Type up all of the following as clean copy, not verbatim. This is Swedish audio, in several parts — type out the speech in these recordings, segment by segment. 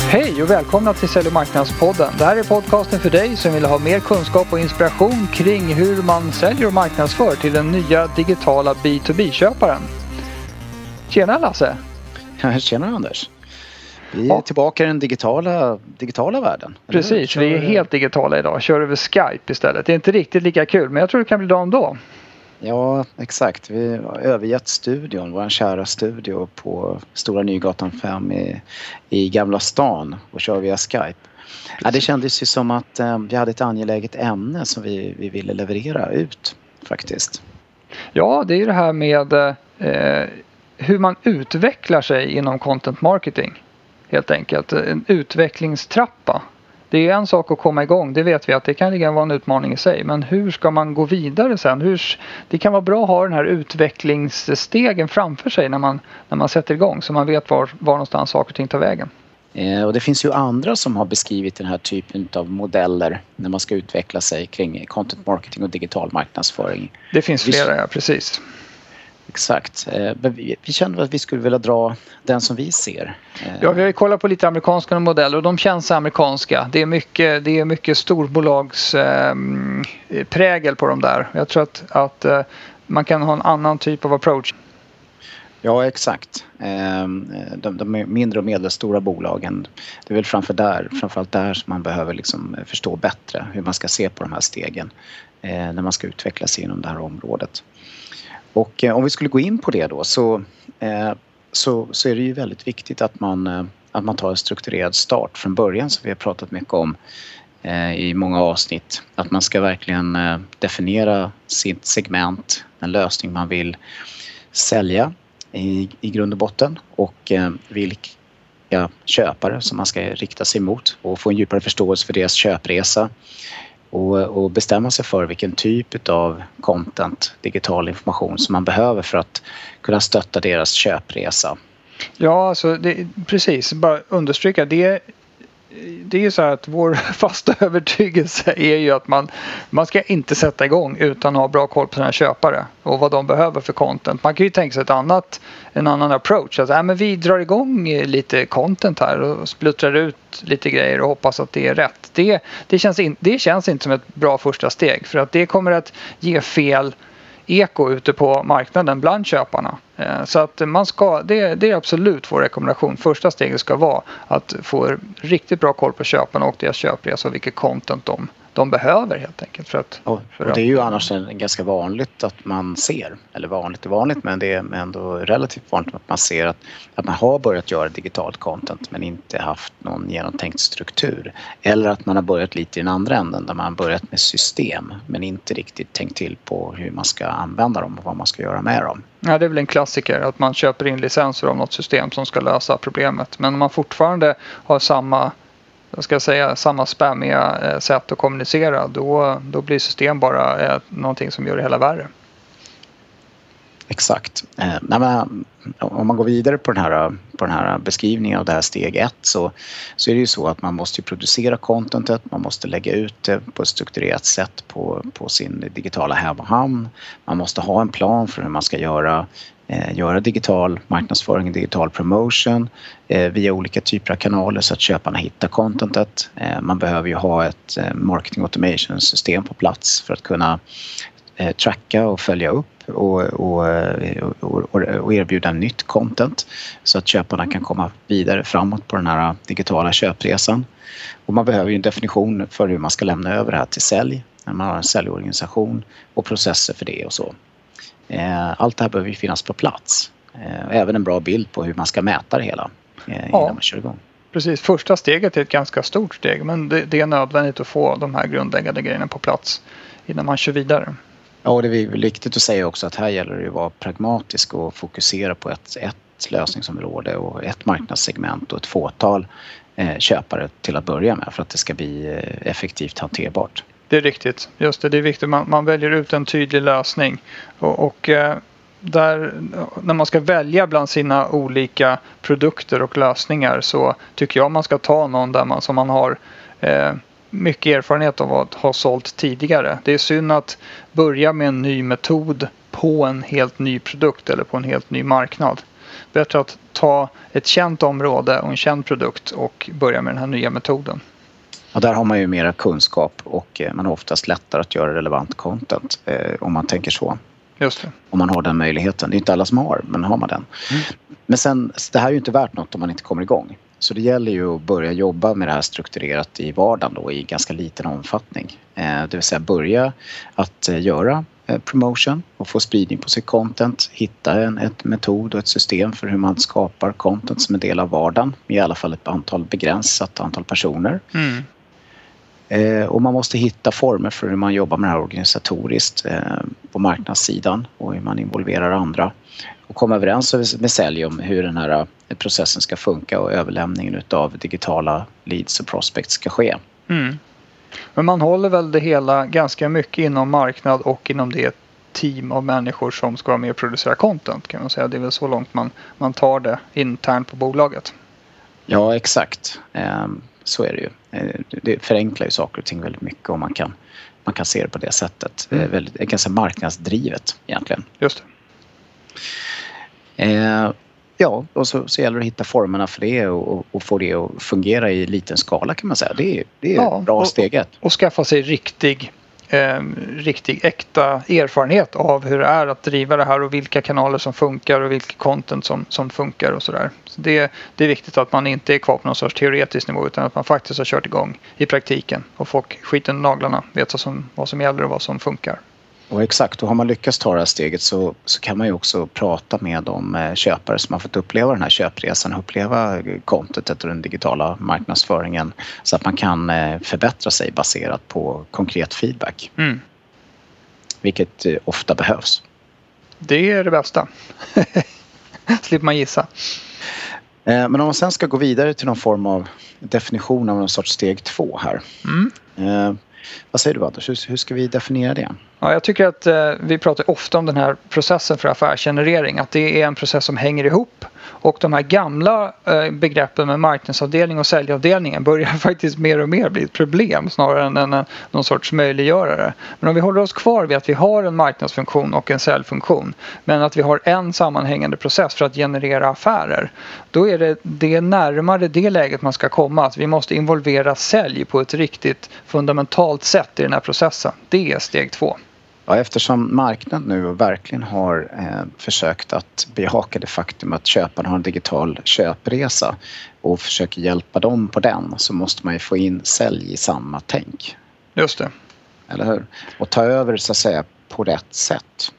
Hej och välkomna till Sälj- och marknadspodden. Det här är podcasten för dig som vill ha mer kunskap och inspiration kring hur man säljer och marknadsför till den nya digitala B2B-köparen. Tjena Lasse! Tjena Anders! Vi är tillbaka i den digitala världen. Precis, vi är helt digitala idag. Kör över Skype istället. Det är inte riktigt lika kul, men jag tror det kan bli bra ändå. Ja, exakt. Vi har övergett studion, vår kära studio på Stora Nygatan 5 i Gamla stan och kör via Skype. Ja, det kändes ju som att vi hade ett angeläget ämne som vi ville leverera ut faktiskt. Ja, det är ju det här med hur man utvecklar sig inom content marketing. Helt enkelt. En utvecklingstrappa. Det är en sak att komma igång, det vet vi att det kan vara en utmaning i sig. Men hur ska man gå vidare sen? Det kan vara bra att ha den här utvecklingsstegen framför sig när man sätter igång. Så man vet var någonstans saker och ting tar vägen. Och det finns ju andra som har beskrivit den här typen av modeller när man ska utveckla sig kring content marketing och digital marknadsföring. Det finns flera, ja, precis. Exakt. Vi kände att vi skulle vilja dra den som vi ser. Ja, vi har ju kollat på lite amerikanska modeller och de känns amerikanska. Det är mycket storbolags prägel på dem där. Jag tror att man kan ha en annan typ av approach. Ja, exakt. De mindre och medelstora bolagen, det är väl framförallt där som man behöver liksom förstå bättre hur man ska se på de här stegen när man ska utveckla sig inom det här området. Och om vi skulle gå in på det då så är det ju väldigt viktigt att man tar en strukturerad start från början, som vi har pratat mycket om i många avsnitt. Att man ska verkligen definiera sitt segment, en lösning man vill sälja i grund och botten och vilka köpare som man ska rikta sig mot och få en djupare förståelse för deras köpresa. Och bestämma sig för vilken typ av content, digital information som man behöver för att kunna stötta deras köpresa. Ja, alltså precis. Bara understryka det. Det är ju så här att vår fasta övertygelse är ju att man ska inte sätta igång utan att ha bra koll på sina köpare och vad de behöver för content. Man kan ju tänka sig en annan approach. Alltså, men vi drar igång lite content här och splittrar ut lite grejer och hoppas att det är rätt. Det känns inte som ett bra första steg, för att det kommer att ge fel eko ute på marknaden bland köparna. Så att det är absolut vår rekommendation. Första steget ska vara att få riktigt bra koll på köparna och deras köpresa och vilket content de behöver helt enkelt. Och det är ju annars ganska vanligt att man ser, eller vanligt, men det är ändå relativt vanligt att man ser att man har börjat göra digitalt content men inte haft någon genomtänkt struktur. Eller att man har börjat lite i den andra änden där man har börjat med system men inte riktigt tänkt till på hur man ska använda dem och vad man ska göra med dem. Ja, det är väl en klassiker att man köper in licenser av något system som ska lösa problemet. Men om man fortfarande har samma spammiga sätt att kommunicera, då blir system bara någonting som gör det hela värre. Exakt. Om man går vidare på den här beskrivningen av det här steg 1 så är det ju så att man måste producera contentet, man måste lägga ut det på ett strukturerat sätt på sin digitala hemhamn. Man måste ha en plan för hur man ska göra digital marknadsföring, digital promotion via olika typer av kanaler så att köparna hittar contentet. Man behöver ju ha ett marketing automation system på plats för att kunna tracka och följa upp och erbjuda nytt content så att köparna kan komma vidare framåt på den här digitala köpresan. Och man behöver ju en definition för hur man ska lämna över det här till sälj, när man har en säljorganisation och processer för det och så. Allt det här behöver ju finnas på plats. Även en bra bild på hur man ska mäta det hela innan man kör igång. Precis, första steget är ett ganska stort steg, men det är nödvändigt att få de här grundläggande grejerna på plats innan man kör vidare. Ja, och det är viktigt att säga också att här gäller det att vara pragmatisk och fokusera på ett lösningsområde och ett marknadssegment och ett fåtal köpare till att börja med för att det ska bli effektivt hanterbart. Det är riktigt. Just det är viktigt. Man väljer ut en tydlig lösning och där, när man ska välja bland sina olika produkter och lösningar så tycker jag man ska ta någon som man har mycket erfarenhet av att ha sålt tidigare. Det är synd att börja med en ny metod på en helt ny produkt eller på en helt ny marknad. bättre att ta ett känt område och en känd produkt och börja med den här nya metoden. Och där har man ju mera kunskap och man har oftast lättare att göra relevant content om man tänker så. Just det. Om man har den möjligheten. Det är inte alla som har, men har man den. Men sen, det här är ju inte värt något om man inte kommer igång. Så det gäller ju att börja jobba med det här strukturerat i vardagen då, i ganska liten omfattning. Det vill säga börja att göra promotion och få spridning på sitt content. Hitta en metod och ett system för hur man skapar content som en del av vardagen. I alla fall ett begränsat antal personer. Och man måste hitta former för hur man jobbar med det här organisatoriskt på marknadssidan och hur man involverar andra. Och komma överens med sälj om hur den här processen ska funka och överlämningen av digitala leads och prospects ska ske. Men man håller väl det hela ganska mycket inom marknad och inom det team av människor som ska vara med och producera content, kan man säga. Det är väl så långt man tar det internt på bolaget. Ja, exakt. Så är det ju. Det förenklar ju saker och ting väldigt mycket om man kan se det på det sättet. Det är väldigt ganska marknadsdrivet egentligen. Just det. Ja, och så gäller det att hitta formerna för det och få det att fungera i liten skala, kan man säga. Det är bra steget. Och skaffa sig riktig äkta erfarenhet av hur det är att driva det här och vilka kanaler som funkar och vilka content som funkar och sådär. Så det är viktigt att man inte är kvar på någon sorts teoretisk nivå, utan att man faktiskt har kört igång i praktiken och folk skiter i naglarna, vet vad som gäller och vad som funkar. Och exakt, och har man lyckats ta det här steget så kan man ju också prata med de köpare som har fått uppleva den här köpresan, uppleva contentet och den digitala marknadsföringen, så att man kan förbättra sig baserat på konkret feedback. Vilket ofta behövs. Det är det bästa. Slipper man gissa. Men om man sen ska gå vidare till någon form av definition av någon sorts steg 2 här. Vad säger du, Anders? Hur ska vi definiera det? Ja, jag tycker att vi pratar ofta om den här processen för affärsgenerering. Att det är en process som hänger ihop. Och de här gamla begreppen med marknadsavdelning och säljavdelningen börjar faktiskt mer och mer bli ett problem snarare än någon sorts möjliggörare. Men om vi håller oss kvar vid att vi har en marknadsfunktion och en säljfunktion, men att vi har en sammanhängande process för att generera affärer, då är det närmare det läget man ska komma. Att vi måste involvera sälj på ett riktigt fundamentalt sätt i den här processen. Det är steg 2. Ja, eftersom marknaden nu verkligen har försökt att bejaka det faktum att köparna har en digital köpresa och försöker hjälpa dem på den, så måste man ju få in sälj i samma tänk. Just det. Eller hur? Och ta över, så att säga, på rätt sätt.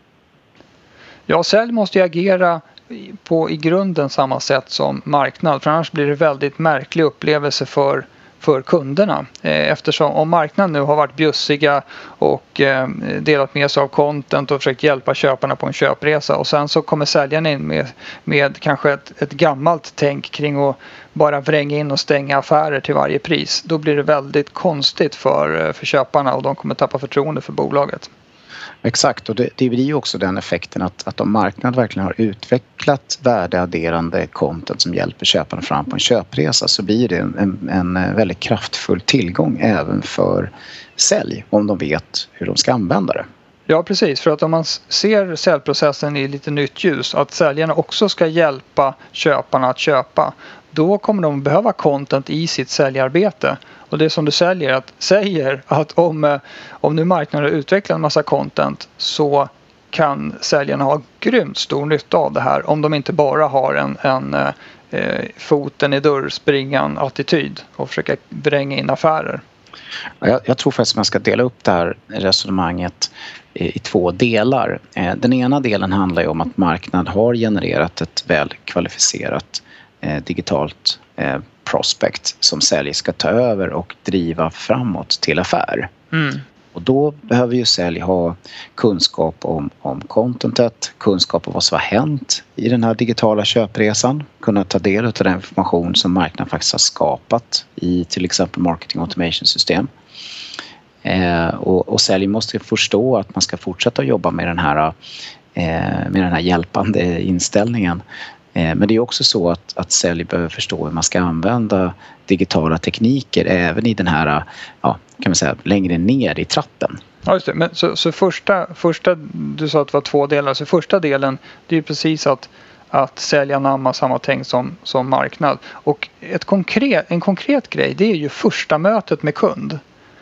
Ja, sälj måste ju agera på i grunden samma sätt som marknad, för annars blir det väldigt märklig upplevelse för kunderna. Eftersom om marknaden nu har varit bjussiga och delat med sig av content och försökt hjälpa köparna på en köpresa, och sen så kommer säljaren in med kanske ett gammalt tänk kring att bara vränga in och stänga affärer till varje pris, då blir det väldigt konstigt för köparna och de kommer tappa förtroende för bolaget. Exakt, och det blir ju också den effekten att om marknaden verkligen har utvecklat värdeadderande content som hjälper köparna fram på en köpresa, så blir det en väldigt kraftfull tillgång även för sälj, om de vet hur de ska använda det. Ja, precis. För att om man ser säljprocessen i lite nytt ljus, att säljarna också ska hjälpa köparna att köpa, då kommer de behöva content i sitt säljarbete. Och det som du säger att om nu marknaden utvecklar en massa content, så kan säljarna ha grymt stor nytta av det här, om de inte bara har en foten i dörrspringan attityd och försöka vränga in affärer. Jag tror faktiskt att man ska dela upp det här resonemanget i 2 delar. Den ena delen handlar ju om att marknad har genererat ett väl kvalificerat digitalt prospect som sälj ska ta över och driva framåt till affär. Och då behöver ju sälj ha kunskap om contentet, kunskap om vad som har hänt i den här digitala köpresan, kunna ta del av den information som marknaden faktiskt har skapat i till exempel marketing automation system. Och sälj måste förstå att man ska fortsätta jobba med den här hjälpande inställningen. Men det är också så att sälj behöver förstå hur man ska använda digitala tekniker även i den här, kan man säga, längre ner i trappen. Ja, just det. Men så första, du sa att det var 2 delar. Så första delen, det är ju precis att att sälja namn samma tänk som marknad. Och en konkret grej, det är ju första mötet med kund.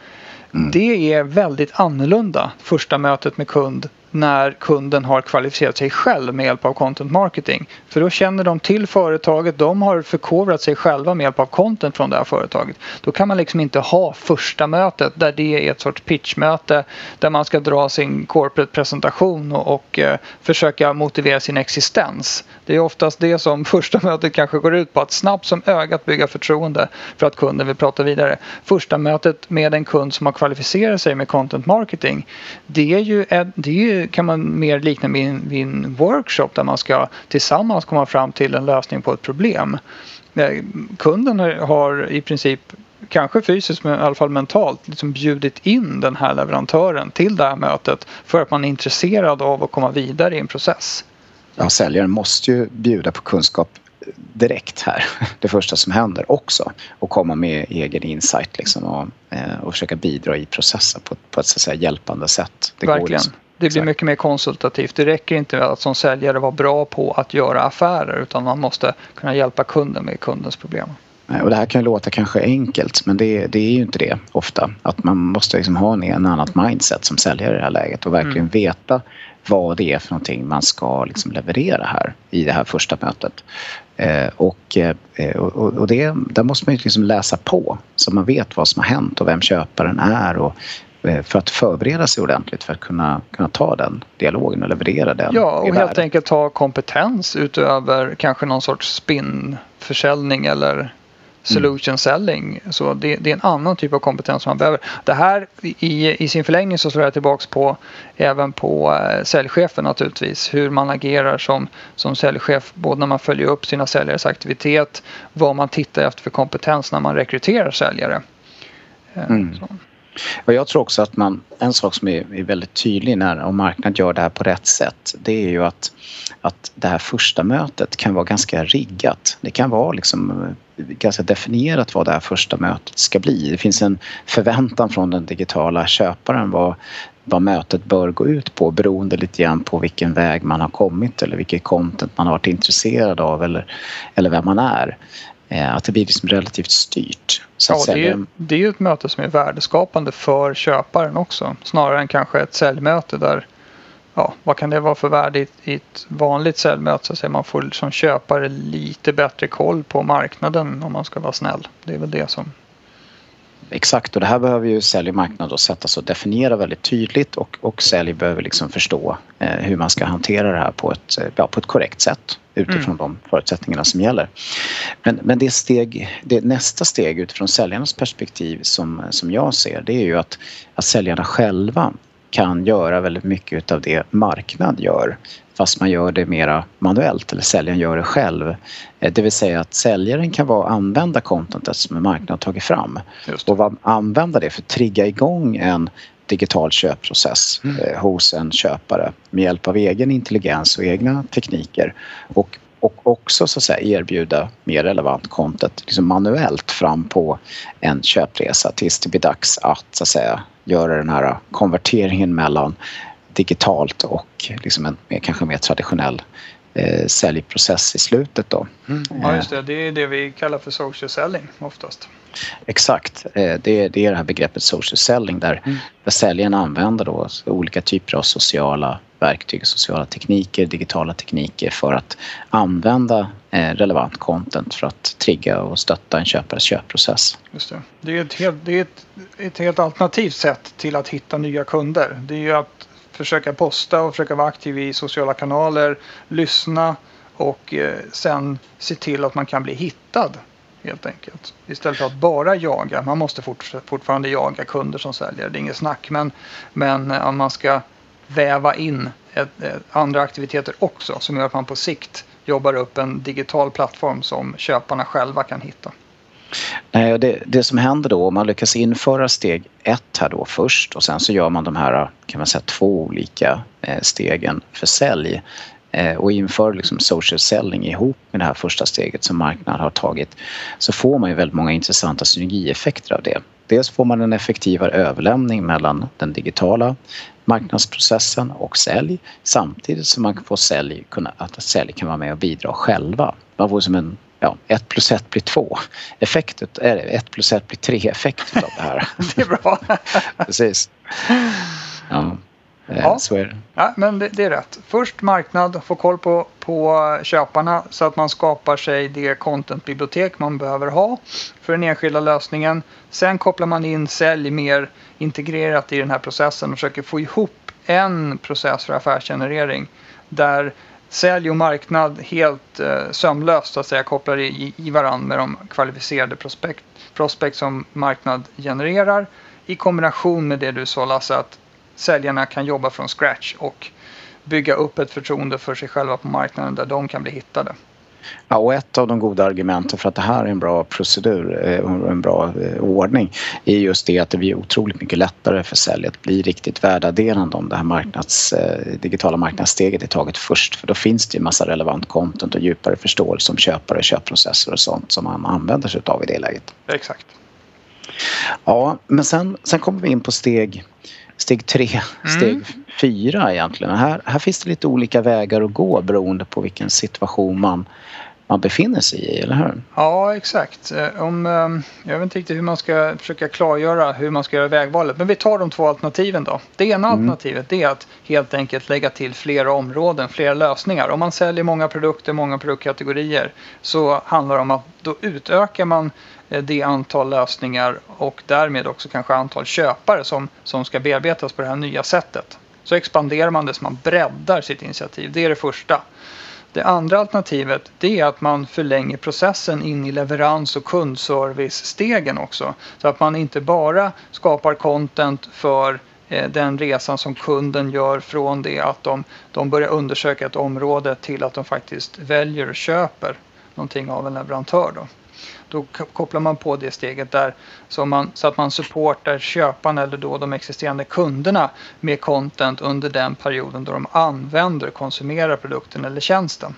Det är väldigt annorlunda första mötet med kund när kunden har kvalificerat sig själv med hjälp av content marketing. För då känner de till företaget, de har förkovrat sig själva med hjälp av content från det här företaget. Då kan man liksom inte ha första mötet där det är ett sorts pitchmöte där man ska dra sin corporate presentation och försöka motivera sin existens. Det är oftast det som första mötet kanske går ut på, att snabbt som ögat bygga förtroende för att kunden vill prata vidare. Första mötet med en kund som har kvalificerat sig med content marketing, det är ju kan man mer likna vid en workshop där man ska tillsammans komma fram till en lösning på ett problem. Kunden har i princip, kanske fysiskt men i alla fall mentalt, liksom bjudit in den här leverantören till det här mötet för att man är intresserad av att komma vidare i en process. Ja, säljaren måste ju bjuda på kunskap direkt här, det första som händer också, och komma med egen insight liksom, och försöka bidra i processen på ett så att säga hjälpande sätt. Verkligen. Det blir mycket mer konsultativt. Det räcker inte att som säljare vara bra på att göra affärer, utan man måste kunna hjälpa kunden med kundens problem. Och det här kan låta kanske enkelt, men det är ju inte det ofta. Att man måste liksom ha en annat mindset som säljare i det här läget och verkligen veta vad det är för någonting man ska liksom leverera här i det här första mötet. Och det, där måste man ju liksom läsa på så man vet vad som har hänt och vem köparen är, och för att förbereda sig ordentligt för att kunna ta den dialogen och leverera den. Ja, och helt enkelt ha kompetens utöver kanske någon sorts spin-försäljning eller solution selling. Så det är en annan typ av kompetens som man behöver. Det här i sin förlängning så slår jag tillbaka även på säljchefen naturligtvis. Hur man agerar som säljchef, både när man följer upp sina säljares aktivitet, vad man tittar efter för kompetens när man rekryterar säljare. Och jag tror också att en sak som är väldigt tydlig om marknaden gör det här på rätt sätt, det är ju att det här första mötet kan vara ganska riggat. Det kan vara liksom ganska definierat vad det här första mötet ska bli. Det finns en förväntan från den digitala köparen vad mötet bör gå ut på, beroende lite grann på vilken väg man har kommit eller vilket content man har varit intresserad av eller vem man är. Att det blir liksom relativt styrt. Så det är ju ett möte som är värdeskapande för köparen också. Snarare än kanske ett säljmöte där, vad kan det vara för värde i ett vanligt säljmöte? Så att man får som köpare lite bättre koll på marknaden om man ska vara snäll. Det är väl det som... Exakt, och det här behöver ju sälj och marknad då sätta sig och definiera väldigt tydligt, och sälj behöver liksom förstå hur man ska hantera det här på ett korrekt sätt utifrån de förutsättningarna som gäller. Men det nästa steg utifrån säljarnas perspektiv som jag ser, det är ju att säljarna själva kan göra väldigt mycket av det marknad gör, fast man gör det mera manuellt, eller säljaren gör det själv. Det vill säga att säljaren kan använda contentet som en marknad har tagit fram och använda det för att trigga igång en digital köpprocess hos en köpare med hjälp av egen intelligens och egna tekniker, och också så att säga erbjuda mer relevant content liksom manuellt fram på en köpresa tills det blir dags att så att säga göra den här konverteringen mellan digitalt och liksom en kanske mer traditionell säljprocess i slutet då. Ja, just det. Det är det vi kallar för social selling oftast. Exakt. Det är det här begreppet social selling där säljaren använder då olika typer av sociala verktyg, sociala tekniker, digitala tekniker för att använda relevant content för att trigga och stötta en köpares köpprocess. Just det. Det är ett helt alternativt sätt till att hitta nya kunder. Det är ju att försöka posta och försöka vara aktiv i sociala kanaler, lyssna och sen se till att man kan bli hittad helt enkelt. Istället för att bara jaga. Man måste fortfarande jaga kunder som säljer. Det är inget snack, men om man ska väva in andra aktiviteter också som gör att man på sikt jobbar upp en digital plattform som köparna själva kan hitta. Det som händer då, om man lyckas införa steg 1 här då först, och sen så gör man de här, kan man säga, 2 olika stegen för sälj och inför liksom social selling ihop med det här första steget som marknaden har tagit, så får man ju väldigt många intressanta synergieffekter av det. dels får man en effektivare överlämning mellan den digitala marknadsprocessen och sälj, samtidigt som man får att sälj kan vara med och bidra själva. Man får som en 1 + 1 blir 2 effektet, är det 1 + 1 blir 3 effektet av det här. Det är bra. Precis. Ja, så är det. Ja, men det är rätt. Först marknad, få koll på köparna så att man skapar sig det contentbibliotek man behöver ha för den enskilda lösningen. Sen kopplar man in sälj mer integrerat i den här processen och försöker få ihop en process för affärsgenerering där sälj och marknad helt sömlöst så att säga kopplar i varandra med de kvalificerade prospekt som marknad genererar i kombination med det du sa, Lasse, att säljarna kan jobba från scratch och bygga upp ett förtroende för sig själva på marknaden där de kan bli hittade. Ja, och ett av de goda argumenten för att det här är en bra procedur och en bra ordning är just det att det blir otroligt mycket lättare för säljet att bli riktigt värdeadderande om det här digitala marknadssteget är taget först. För då finns det ju massa relevant content och djupare förståelse om köpare, köpprocesser och sånt som man använder sig av i det läget. Exakt. Ja, men sen kommer vi in på steg 3, steg 4 egentligen. Här finns det lite olika vägar att gå beroende på vilken situation man befinner sig i, eller hur? Ja, exakt. Jag vet inte riktigt hur man ska försöka klargöra hur man ska göra vägvalet. Men vi tar de två alternativen då. Det ena alternativet är att helt enkelt lägga till flera områden, flera lösningar. Om man säljer många produkter, många produktkategorier så handlar det om att då utökar man det antal lösningar och därmed också kanske antal köpare som ska bearbetas på det här nya sättet. Så expanderar man det så man breddar sitt initiativ. Det är det första. Det andra alternativet det är att man förlänger processen in i leverans- och kundservice-stegen också. Så att man inte bara skapar content för den resan som kunden gör från det att de börjar undersöka ett område till att de faktiskt väljer och köper någonting av en leverantör då. Då kopplar man på det steget där så att man supportar köparna eller då de existerande kunderna med content under den perioden då de använder och konsumerar produkten eller tjänsten.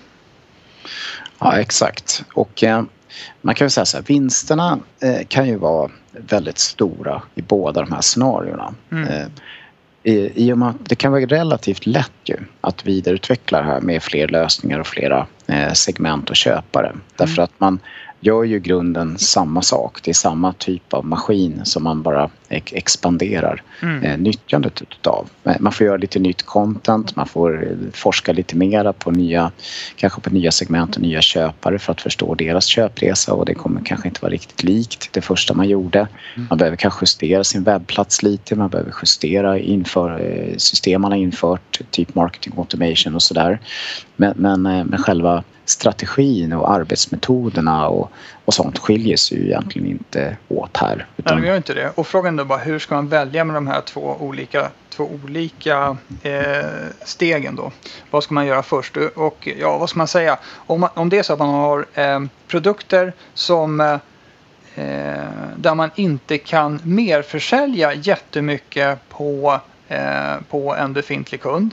Ja, exakt. Och man kan ju säga så här, vinsterna kan ju vara väldigt stora i båda de här scenarierna. I och med att det kan vara relativt lätt ju att vidareutveckla det här med fler lösningar och flera segment och köpare. Därför att man gör ju i grunden samma sak. Det är samma typ av maskin som man bara expanderar nyttjandet utav. Man får göra lite nytt content, man får forska lite mera på kanske på nya segment och nya köpare för att förstå deras köpresa och det kommer kanske inte vara riktigt likt det första man gjorde. Man behöver kanske justera sin webbplats lite, man behöver justera system man har infört, typ marketing automation och sådär. Men själva strategin och arbetsmetoderna och sånt skiljer sig ju egentligen inte åt här. Nej, vi gör inte det. Och frågan är bara hur ska man välja med de här två olika stegen då? Vad ska man göra först? Och ja, vad ska man säga? Om det är så att man har produkter som där man inte kan mer försälja jättemycket på en befintlig kund.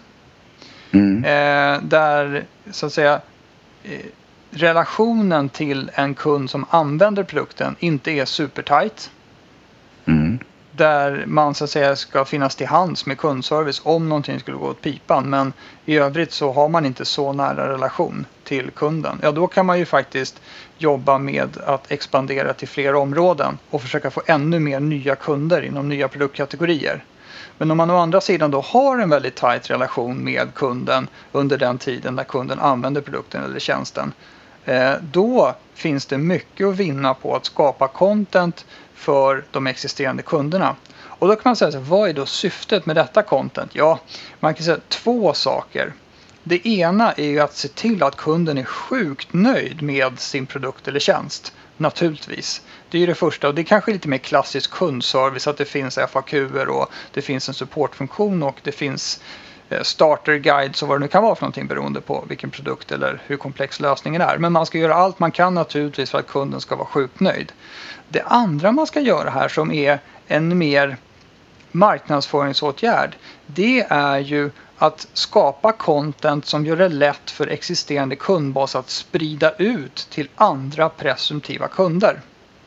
Där så att säga relationen till en kund som använder produkten inte är supertight. Där man så att säga ska finnas till hands med kundservice om någonting skulle gå åt pipan. Men i övrigt så har man inte så nära relation till kunden. Ja, då kan man ju faktiskt jobba med att expandera till fler områden och försöka få ännu mer nya kunder inom nya produktkategorier. Men om man å andra sidan då har en väldigt tight relation med kunden under den tiden när kunden använder produkten eller tjänsten, då finns det mycket att vinna på att skapa content för de existerande kunderna. Och då kan man säga så här, vad är då syftet med detta content? Ja, man kan säga 2 saker. Det ena är ju att se till att kunden är sjukt nöjd med sin produkt eller tjänst. Naturligtvis. Det är ju det första och det är kanske lite mer klassisk kundservice att det finns FAQ:er och det finns en supportfunktion och det finns starter guides och vad det nu kan vara för någonting beroende på vilken produkt eller hur komplex lösningen är. Men man ska göra allt man kan naturligtvis för att kunden ska vara sjukt nöjd. Det andra man ska göra här som är en mer marknadsföringsåtgärd, det är ju att skapa content som gör det lätt för existerande kundbas att sprida ut till andra presumtiva kunder.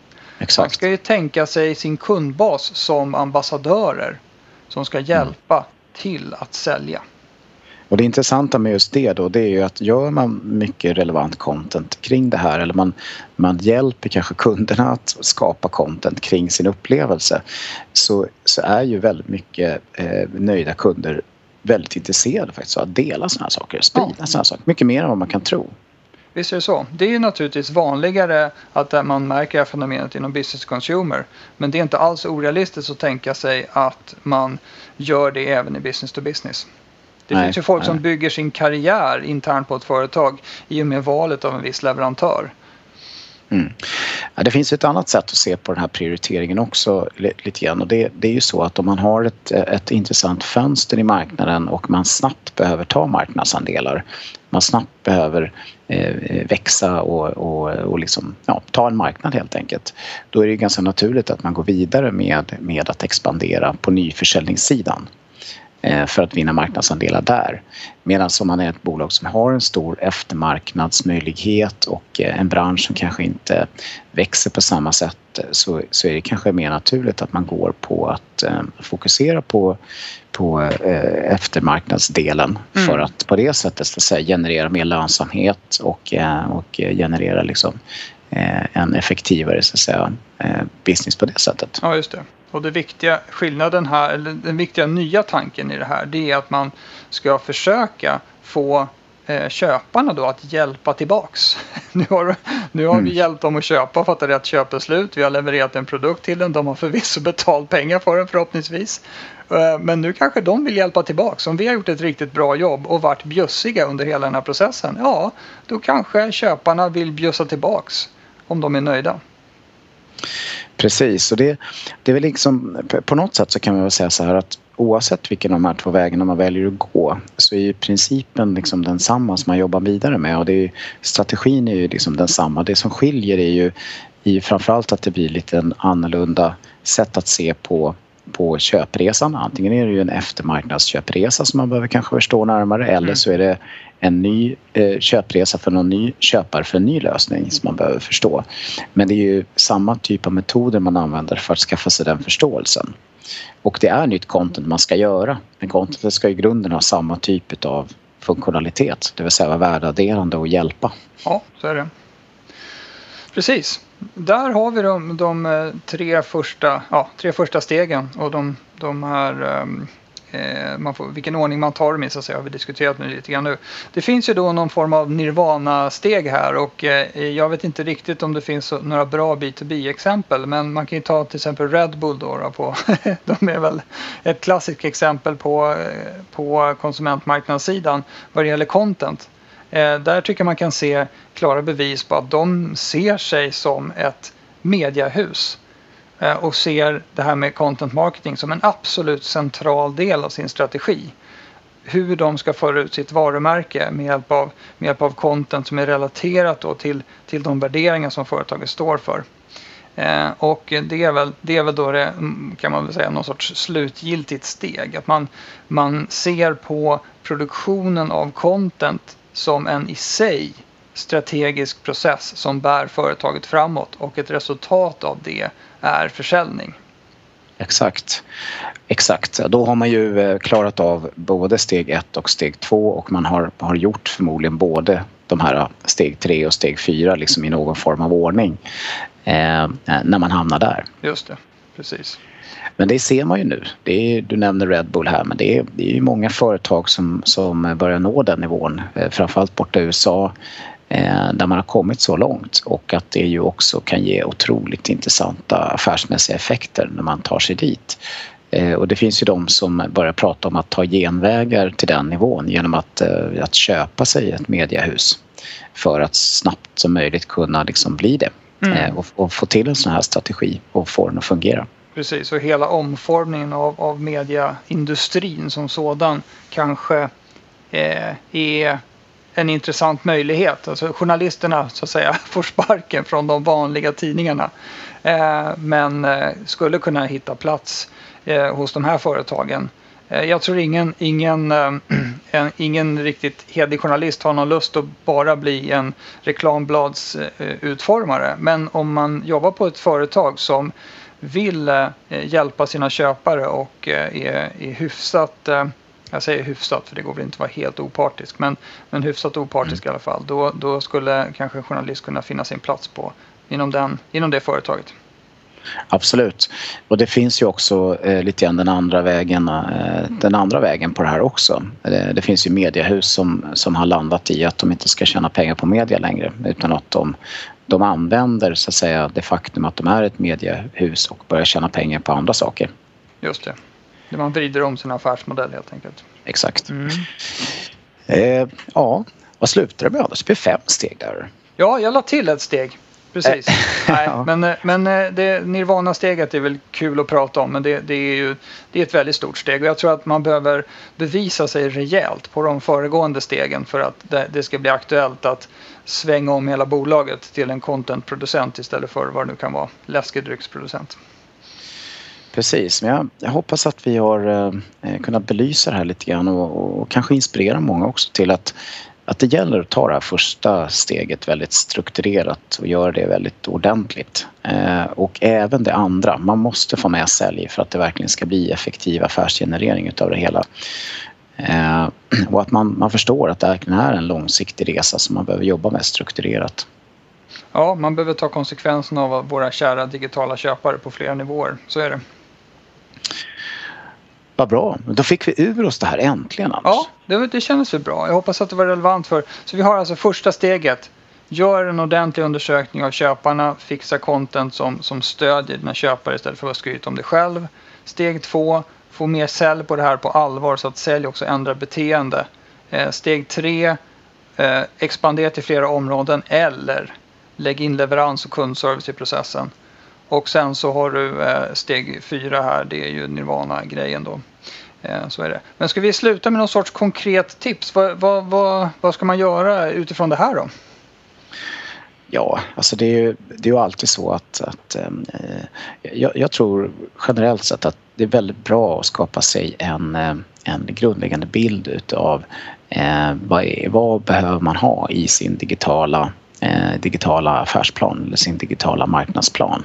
Exakt. Man ska ju tänka sig sin kundbas som ambassadörer som ska hjälpa till att sälja. Och det intressanta med just det då, det är ju att gör man mycket relevant content kring det här, eller man hjälper kanske kunderna att skapa content kring sin upplevelse, så är ju väldigt mycket nöjda kunder väldigt intresserade faktiskt att dela sådana här saker, sprida sådana här saker, mycket mer än vad man kan tro. Visst är det så. Det är ju naturligtvis vanligare att man märker det här fenomenet inom business consumer. Men det är inte alls orealistiskt att tänka sig att man gör det även i business to business. Det finns ju folk som bygger sin karriär internt på ett företag i och med valet av en viss leverantör. Ja, det finns ett annat sätt att se på den här prioriteringen också lite grann, och det är ju så att om man har ett intressant fönster i marknaden och man snabbt behöver ta marknadsandelar, man snabbt behöver växa och liksom, ta en marknad helt enkelt, då är det ganska naturligt att man går vidare med att expandera på nyförsäljningssidan för att vinna marknadsandelar där. Medan om man är ett bolag som har en stor eftermarknadsmöjlighet och en bransch som kanske inte växer på samma sätt, så är det kanske mer naturligt att man går på att fokusera på eftermarknadsdelen för att på det sättet så att säga generera mer lönsamhet och generera liksom en effektivare så att säga business på det sättet. Ja, just det. Och det viktiga skillnaden här, eller den viktiga nya tanken i det här, det är att man ska försöka få köparna då att hjälpa tillbaks. Nu har vi hjälpt dem att köpa, fattat rätt köpbeslut. Vi har levererat en produkt till dem. De har förvisso betalt pengar för den förhoppningsvis. Men nu kanske de vill hjälpa tillbaks. Om vi har gjort ett riktigt bra jobb och varit bjussiga under hela den här processen, ja, då kanske köparna vill bjussa tillbaks om de är nöjda. Precis, och det är väl liksom, på något sätt så kan man väl säga så här att oavsett vilken av de här två vägarna man väljer att gå, så är ju principen liksom densamma som man jobbar vidare med, och strategin är ju liksom densamma. Det som skiljer är ju framförallt att det blir lite en annorlunda sätt att se på köpresan. Antingen är det ju en eftermarknadsköpresa som man behöver kanske förstå närmare, eller så är det en ny köpresa för någon ny köpare för en ny lösning som man behöver förstå. Men det är ju samma typ av metoder man använder för att skaffa sig den förståelsen. Och det är nytt content man ska göra. Men contentet ska i grunden ha samma typ av funktionalitet, det vill säga vara värdeadderande och hjälpa. Ja, så är det. Precis. Där har vi de tre första stegen, och de här vilken ordning man tar dem i, så att säga, har vi diskuterat nu lite grann nu. Det finns ju då någon form av nirvana-steg här, och jag vet inte riktigt om det finns några bra B2B-exempel, men man kan ju ta till exempel Red Bull då på de är väl ett klassiskt exempel på konsumentmarknadssidan vad det gäller content. Där tycker man kan se klara bevis på att de ser sig som ett mediahus och ser det här med content marketing som en absolut central del av sin strategi. Hur de ska föra ut sitt varumärke med hjälp av content som är relaterat då till de värderingar som företaget står för. Och det är väl då det, kan man väl säga, någon sorts slutgiltigt steg. Att man ser på produktionen av content som en i sig strategisk process som bär företaget framåt, och ett resultat av det är försäljning. Exakt. Då har man ju klarat av både steg 1 och steg 2, och man har gjort förmodligen både de här steg 3 och steg 4 liksom i någon form av ordning när man hamnar där. Just det, precis. Men det ser man ju nu. Du nämner Red Bull här, men det är ju många företag som börjar nå den nivån. Framförallt borta i USA där man har kommit så långt, och att det ju också kan ge otroligt intressanta affärsmässiga effekter när man tar sig dit. Och det finns ju de som börjar prata om att ta genvägar till den nivån genom att köpa sig ett mediahus för att snabbt som möjligt kunna liksom bli det och få till en sån här strategi och få den att fungera. Precis, och hela omformningen av mediaindustrin som sådan kanske är en intressant möjlighet. Alltså journalisterna så att säga får sparken från de vanliga tidningarna, men skulle kunna hitta plats hos de här företagen Jag tror ingen riktigt hederlig journalist har någon lust att bara bli en reklambladsutformare. Men om man jobbar på ett företag som vill hjälpa sina köpare och är hyfsat, jag säger hyfsat för det går väl inte att vara helt opartisk, men hyfsat opartisk i alla fall, då skulle kanske en journalist kunna finna sin plats inom det företaget. Absolut. Och det finns ju också lite grann den andra vägen på det här också. Det finns ju mediehus som har landat i att de inte ska tjäna pengar på media längre, utan att de använder så att säga det faktum att de är ett mediehus och börjar tjäna pengar på andra saker. Just det. Man vrider om sin affärsmodell helt enkelt. Exakt. Ja, vad slutar det med? Det blir 5 steg där. Ja, jag la till ett steg. Precis. Nej, men det Nirvana-steget är väl kul att prata om, men det är ett väldigt stort steg. Och jag tror att man behöver bevisa sig rejält på de föregående stegen för att det ska bli aktuellt att svänga om hela bolaget till en contentproducent istället för vad det nu kan vara, läskedrycksproducent. Precis, men jag hoppas att vi har kunnat belysa det här lite grann och kanske inspirera många också till att det gäller att ta det här första steget väldigt strukturerat och göra det väldigt ordentligt. Och även det andra, man måste få med sälj för att det verkligen ska bli effektiv affärsgenerering utav det hela. Och att man förstår att det verkligen är en långsiktig resa som man behöver jobba med strukturerat. Ja, man behöver ta konsekvenserna av våra kära digitala köpare på flera nivåer, så är det. Vad bra, då fick vi ur oss det här äntligen, Anders. Ja, det kändes väl bra. Jag hoppas att det var relevant för. Så vi har alltså första steget. Gör en ordentlig undersökning av köparna. Fixa content som stödjer dina köpare istället för att skryta om dig själv. Steg 2. Få mer sälj på det här på allvar så att sälj också ändrar beteende. Steg 3. Expandera till flera områden eller lägg in leverans och kundservice i processen. Och sen så har du steg 4 här, det är ju Nirvana-grejen då. Så är det. Men ska vi sluta med någon sorts konkret tips? Vad ska man göra utifrån det här då? Ja, alltså det är ju alltid så att jag tror generellt sett att det är väldigt bra att skapa sig en grundläggande bild utav vad behöver man ha i sin digitala affärsplan eller sin digitala marknadsplan.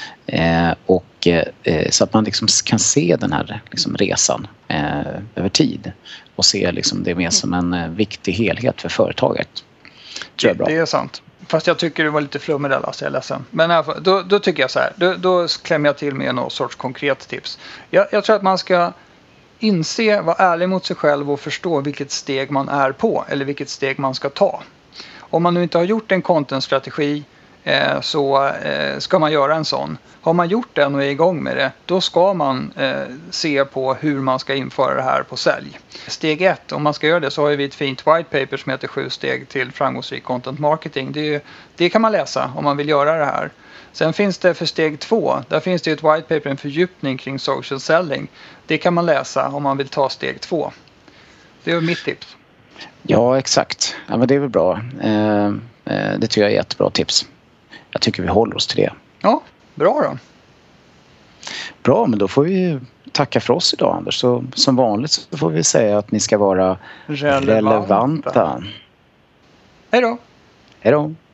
Så att man liksom kan se den här liksom resan över tid och se liksom det mer som en viktig helhet för företaget. Tror jag är bra. Det är sant. Fast jag tycker det var lite flummig där, Lasse, jag är ledsen. Men då tycker jag så här. Då klämmer jag till med någon sorts konkret tips. Jag tror att man ska inse, vara ärlig mot sig själv och förstå vilket steg man är på eller vilket steg man ska ta. Om man nu inte har gjort en contentstrategi så ska man göra en sån. Har man gjort den och är igång med det, då ska man se på hur man ska införa det här på sälj. Steg 1, om man ska göra det så har vi ett fint white paper som heter 7 steg till framgångsrik content marketing. Det kan man läsa om man vill göra det här. Sen finns det för steg 2, där finns det ett white paper, en fördjupning kring social selling. Det kan man läsa om man vill ta steg 2. Det är mitt tips. Ja, exakt. Ja, men det är väl bra. Det tycker jag är ett jättebra tips. Jag tycker vi håller oss till det. Ja, bra då. Bra, men då får vi tacka för oss idag, Anders. Så som vanligt så får vi säga att ni ska vara relevanta. Hej då. Hej då.